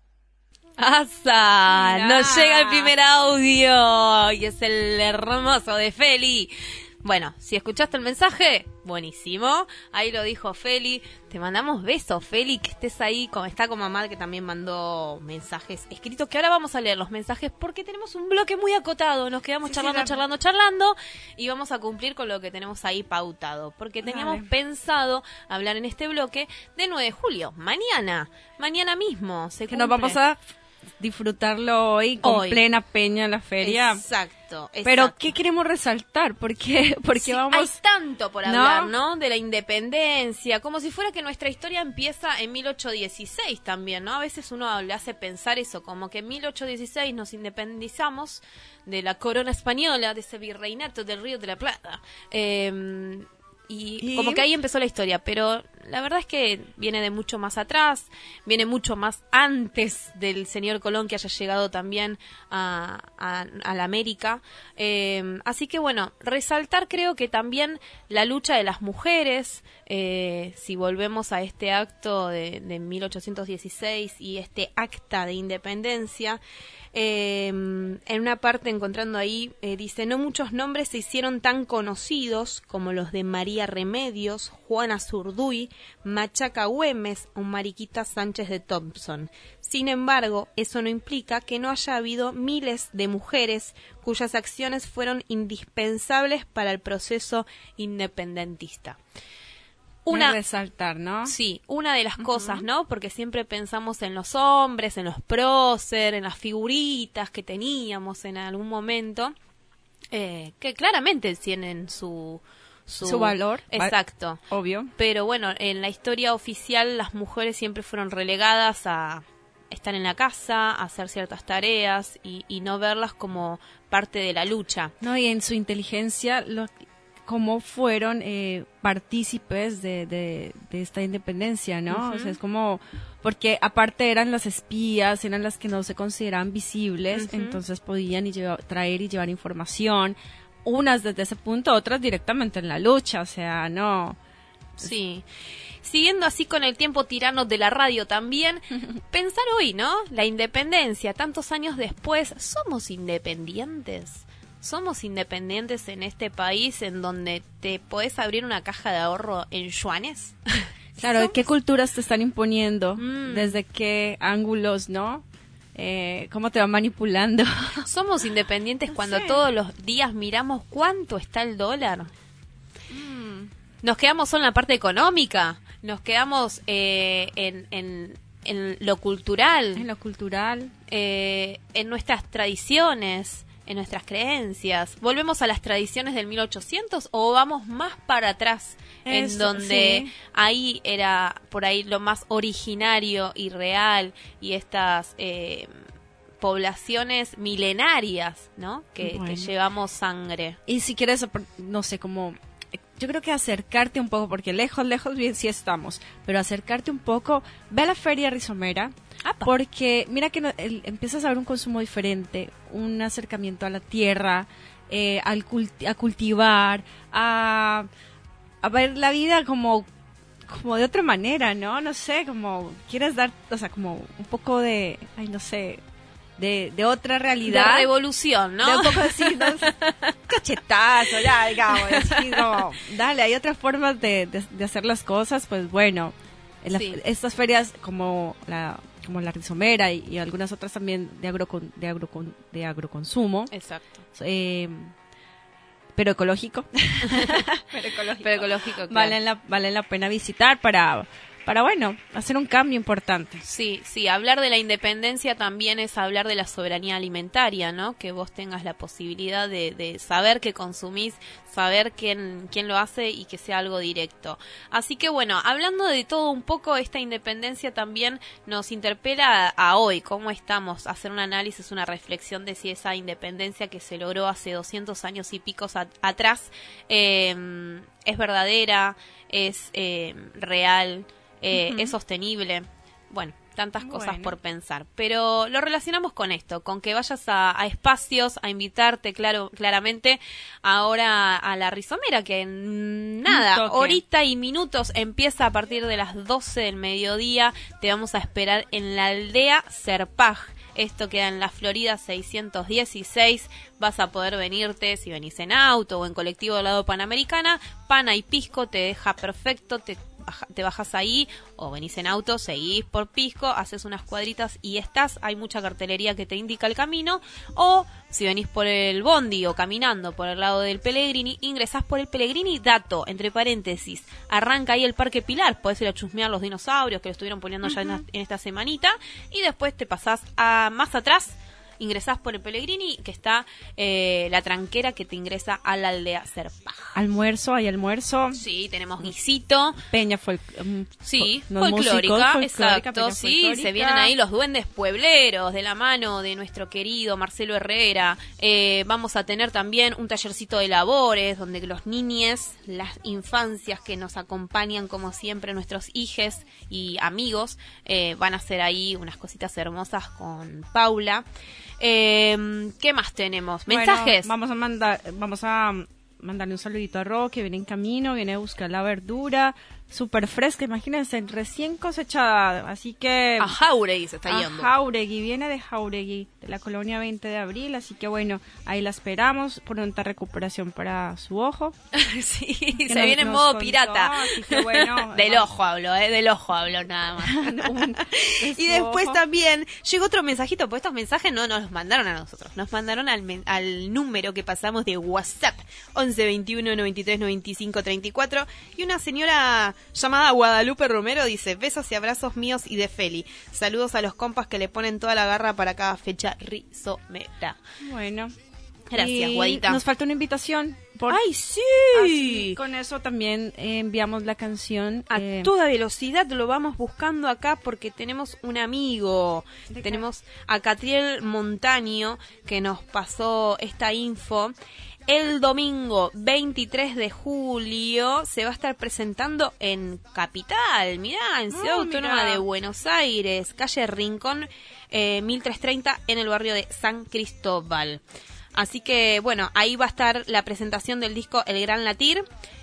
Speaker 1: ¡Asa!
Speaker 2: Mirá.
Speaker 1: Nos llega el primer audio y es el hermoso de Feli. Bueno, si escuchaste el mensaje, buenísimo. Ahí lo dijo Feli. Te mandamos besos, Feli, que estés ahí. Como está con mamá, que también mandó mensajes escritos, que ahora vamos a leer los mensajes porque tenemos un bloque muy acotado. Nos quedamos charlando y vamos a cumplir con lo que tenemos ahí pautado. Porque teníamos pensado hablar en este bloque de 9 de julio. Mañana mismo se
Speaker 2: Que nos
Speaker 1: cumple.
Speaker 2: vamos a disfrutarlo hoy con
Speaker 1: Hoy.
Speaker 2: plena peña en la feria.
Speaker 1: Exacto.
Speaker 2: Pero ¿qué queremos resaltar? Porque
Speaker 1: Sí,
Speaker 2: vamos...
Speaker 1: hay tanto por hablar, ¿no? De la independencia, como si fuera que nuestra historia empieza en 1816 también, ¿no? A veces uno le hace pensar eso, como que en 1816 nos independizamos de la corona española, de ese virreinato del Río de la Plata. Y como que ahí empezó la historia, pero la verdad es que viene de mucho más atrás, viene mucho más antes del señor Colón que haya llegado también a la América. Así que bueno, resaltar creo que también la lucha de las mujeres, si volvemos a este acto de 1816 y este acta de independencia, en una parte encontrando ahí, dice, no muchos nombres se hicieron tan conocidos como los de María Remedios, Juana Zurduy, Machaca Güemes o Mariquita Sánchez de Thompson. Sin embargo, eso no implica que no haya habido miles de mujeres cuyas acciones fueron indispensables para el proceso independentista.
Speaker 2: Una resaltar, ¿no?
Speaker 1: Sí, una de las cosas, ¿no? Porque siempre pensamos en los hombres, en los prócer, en las figuritas que teníamos en algún momento, que claramente tienen su
Speaker 2: valor.
Speaker 1: Exacto.
Speaker 2: Obvio.
Speaker 1: Pero bueno, en la historia oficial las mujeres siempre fueron relegadas a estar en la casa, a hacer ciertas tareas y no verlas como parte de la lucha.
Speaker 2: No, y en su inteligencia, cómo fueron partícipes de esta independencia, ¿no? O sea, es como, porque aparte eran las espías, eran las que no se consideraban visibles, entonces podían traer y llevar información, unas desde ese punto, otras directamente en la lucha, o sea, no.
Speaker 1: Sí. Siguiendo así con el tiempo tirano de la radio también, pensar hoy, ¿no? La independencia, tantos años después, ¿somos independientes? ¿Somos independientes en este país en donde te podés abrir una caja de ahorro en yuanes?
Speaker 2: Claro, ¿de qué culturas te están imponiendo? ¿Desde qué ángulos, no? ¿Cómo te va manipulando?
Speaker 1: ¿Somos independientes cuando todos los días miramos cuánto está el dólar? Nos quedamos solo en la parte económica, nos quedamos en lo cultural.
Speaker 2: En lo cultural.
Speaker 1: En nuestras tradiciones, en nuestras creencias. ¿Volvemos a las tradiciones del 1800 o vamos más para atrás, en donde ahí era por ahí lo más originario y real y estas poblaciones milenarias, ¿no? Que llevamos sangre.
Speaker 2: Y si quieres, no sé, como... Yo creo que acercarte un poco, porque lejos bien sí estamos, pero acercarte un poco, ve a la feria rizomera, porque mira que empiezas a ver un consumo diferente, un acercamiento a la tierra, a cultivar, a ver la vida como de otra manera, ¿no? No sé, como quieres dar, o sea, como un poco de, ay, no sé, de otra realidad.
Speaker 1: De revolución, ¿no?
Speaker 2: De un poco así, ¿no? Cachetazo, ya, digamos, así como, dale, hay otras formas de hacer las cosas, pues bueno, estas ferias como la Rizomera y algunas otras también de agroconsumo.
Speaker 1: Exacto.
Speaker 2: Pero ecológico.
Speaker 1: Pero ecológico, claro.
Speaker 2: Valen la pena visitar para bueno, hacer un cambio importante.
Speaker 1: Sí, hablar de la independencia también es hablar de la soberanía alimentaria, ¿no? Que vos tengas la posibilidad de saber qué consumís, saber quién lo hace y que sea algo directo. Así que bueno, hablando de todo un poco, esta independencia también nos interpela a hoy, cómo estamos, hacer un análisis, una reflexión de si esa independencia que se logró hace 200 años y picos atrás es verdadera, es real, es sostenible. Bueno, tantas cosas por pensar. Pero lo relacionamos con esto, con que vayas a espacios, a invitarte claramente ahora a la Rizomera, que en nada, horita y minutos empieza a partir de las 12 del mediodía. Te vamos a esperar en la aldea Serpaj. Esto queda en la Florida 616. Vas a poder venirte, si venís en auto o en colectivo del lado Panamericana, Pana y Pisco te deja perfecto, te bajas ahí, o venís en auto, seguís por Pisco, haces unas cuadritas y estás. Hay mucha cartelería que te indica el camino, o si venís por el Bondi o caminando por el lado del Pellegrini, ingresás por el Pellegrini, dato, entre paréntesis, arranca ahí el Parque Pilar, podés ir a chusmear los dinosaurios que lo estuvieron poniendo ya en esta semanita, y después te pasás más atrás, ingresás por el Pellegrini, que está la tranquera que te ingresa a la aldea Serpaj.
Speaker 2: ¿Hay almuerzo?
Speaker 1: Sí, tenemos guisito.
Speaker 2: Peña
Speaker 1: folclórica, exacto, sí, folclórica. Se vienen ahí los duendes puebleros de la mano de nuestro querido Marcelo Herrera. Vamos a tener también un tallercito de labores, donde los niñes, las infancias que nos acompañan como siempre, nuestros hijes y amigos, van a hacer ahí unas cositas hermosas con Paula. ¿Qué más tenemos? ¿Mensajes?
Speaker 2: Bueno, vamos a mandarle un saludito a Ro, que viene en camino, viene a buscar la verdura súper fresca, imagínense, recién cosechada, así que...
Speaker 1: A Jáuregui se está yendo.
Speaker 2: Jáuregui, viene de Jáuregui, de la colonia 20 de abril, así que bueno, ahí la esperamos, pronta recuperación para su ojo.
Speaker 1: Sí, se viene en modo pirata.
Speaker 2: Así que bueno...
Speaker 1: del ojo hablo nada más. Y después también llegó otro mensajito, porque estos mensajes no nos los mandaron a nosotros, nos mandaron al número que pasamos de WhatsApp, 11 21 93 95 34, y una señora llamada Guadalupe Romero dice: besos y abrazos míos y de Feli. Saludos a los compas que le ponen toda la garra para cada fecha Rizomera.
Speaker 2: Bueno.
Speaker 1: Gracias, Guadita.
Speaker 2: Nos falta una invitación.
Speaker 1: ¡Ay, sí!
Speaker 2: Así, con eso también enviamos la canción.
Speaker 1: A toda velocidad lo vamos buscando acá porque tenemos un amigo. Tenemos a Catriel Montaño que nos pasó esta info. El domingo 23 de julio se va a estar presentando en Capital, mirá, en Ciudad Autónoma de Buenos Aires, calle Rincón 1330, en el barrio de San Cristóbal. Así que, bueno, ahí va a estar la presentación del disco El Gran Latir.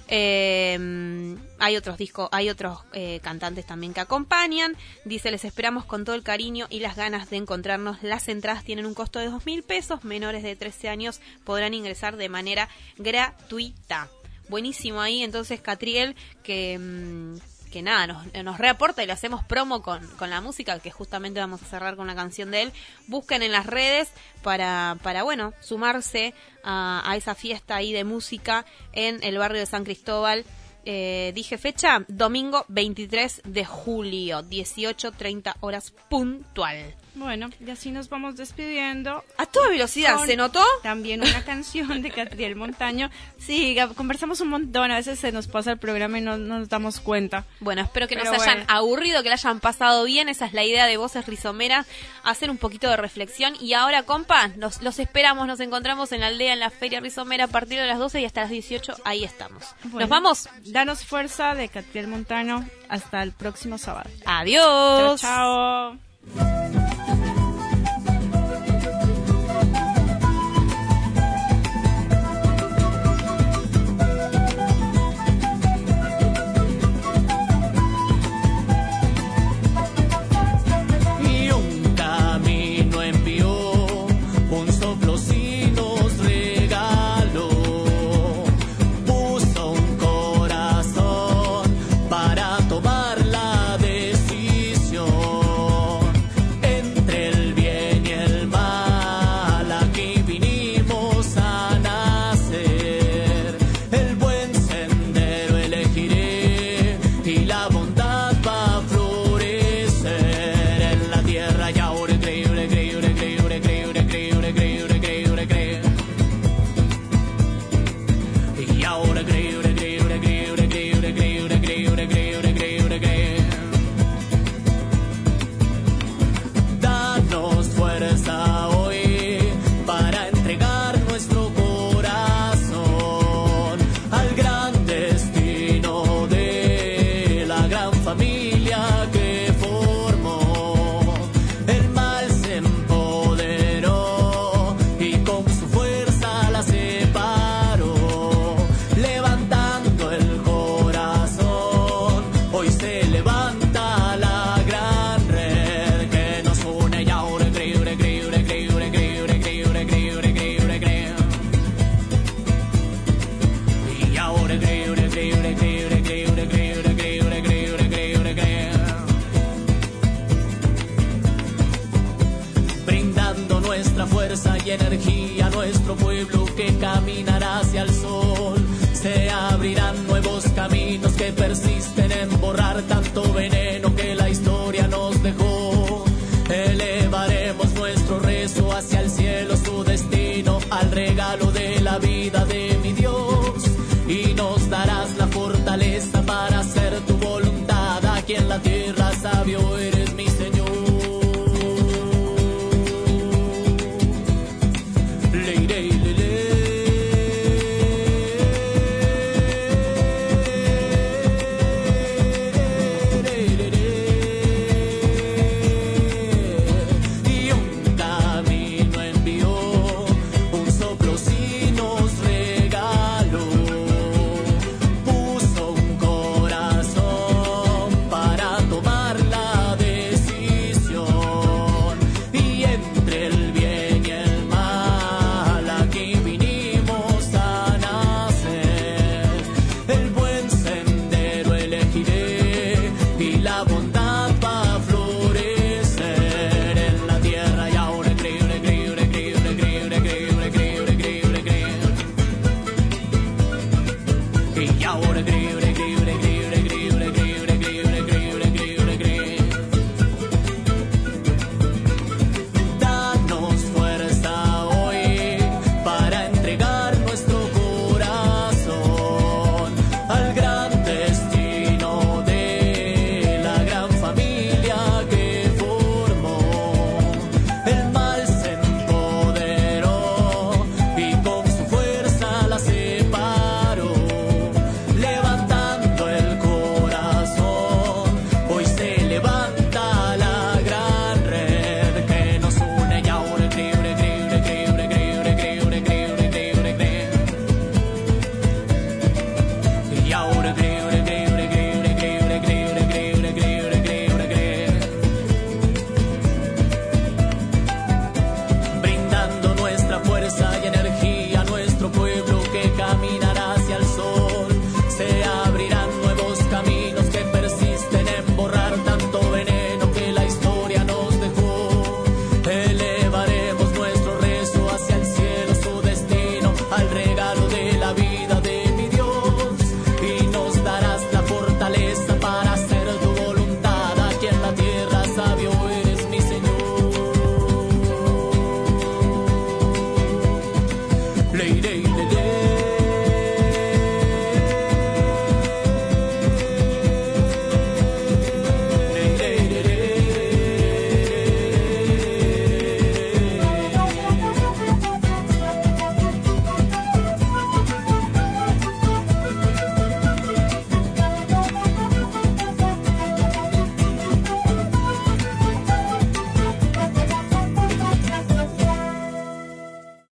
Speaker 1: Hay otros cantantes también que acompañan. Dice: les esperamos con todo el cariño y las ganas de encontrarnos. Las entradas tienen un costo de 2.000 pesos. Menores de 13 años podrán ingresar de manera gratuita. Buenísimo ahí, entonces, Catriel, que nada, nos reaporta y le hacemos promo con la música, que justamente vamos a cerrar con una canción de él. Busquen en las redes para bueno, sumarse a esa fiesta ahí de música en el barrio de San Cristóbal. Dije fecha, domingo 23 de julio, 18:30 horas puntual.
Speaker 2: Bueno, y así nos vamos despidiendo.
Speaker 1: A toda velocidad, ¿se notó?
Speaker 2: También una canción de Catriel Montaño. Sí, conversamos un montón, a veces se nos pasa el programa y no nos damos cuenta.
Speaker 1: Bueno, espero que no se hayan aburrido, que la hayan pasado bien. Esa es la idea de Voces Rizomeras, hacer un poquito de reflexión. Y ahora, compa, los esperamos, nos encontramos en la aldea, en la Feria Rizomera, a partir de las 12 y hasta las 18, ahí estamos.
Speaker 2: Bueno,
Speaker 1: ¿nos vamos?
Speaker 2: Danos fuerza, de Catriel Montaño. Hasta el próximo sábado.
Speaker 1: Adiós.
Speaker 2: Chao.
Speaker 5: Y un camino envió nuestro pueblo que caminará hacia el sol. Se abrirán nuevos caminos que persisten en borrar tanto veneno que la historia nos dejó. Elevaremos nuestro rezo hacia el cielo, su destino, al regalo de la vida de mi Dios. Y nos darás la fortaleza para hacer tu voluntad. Aquí en la tierra sabio eres mi Señor. Y ahora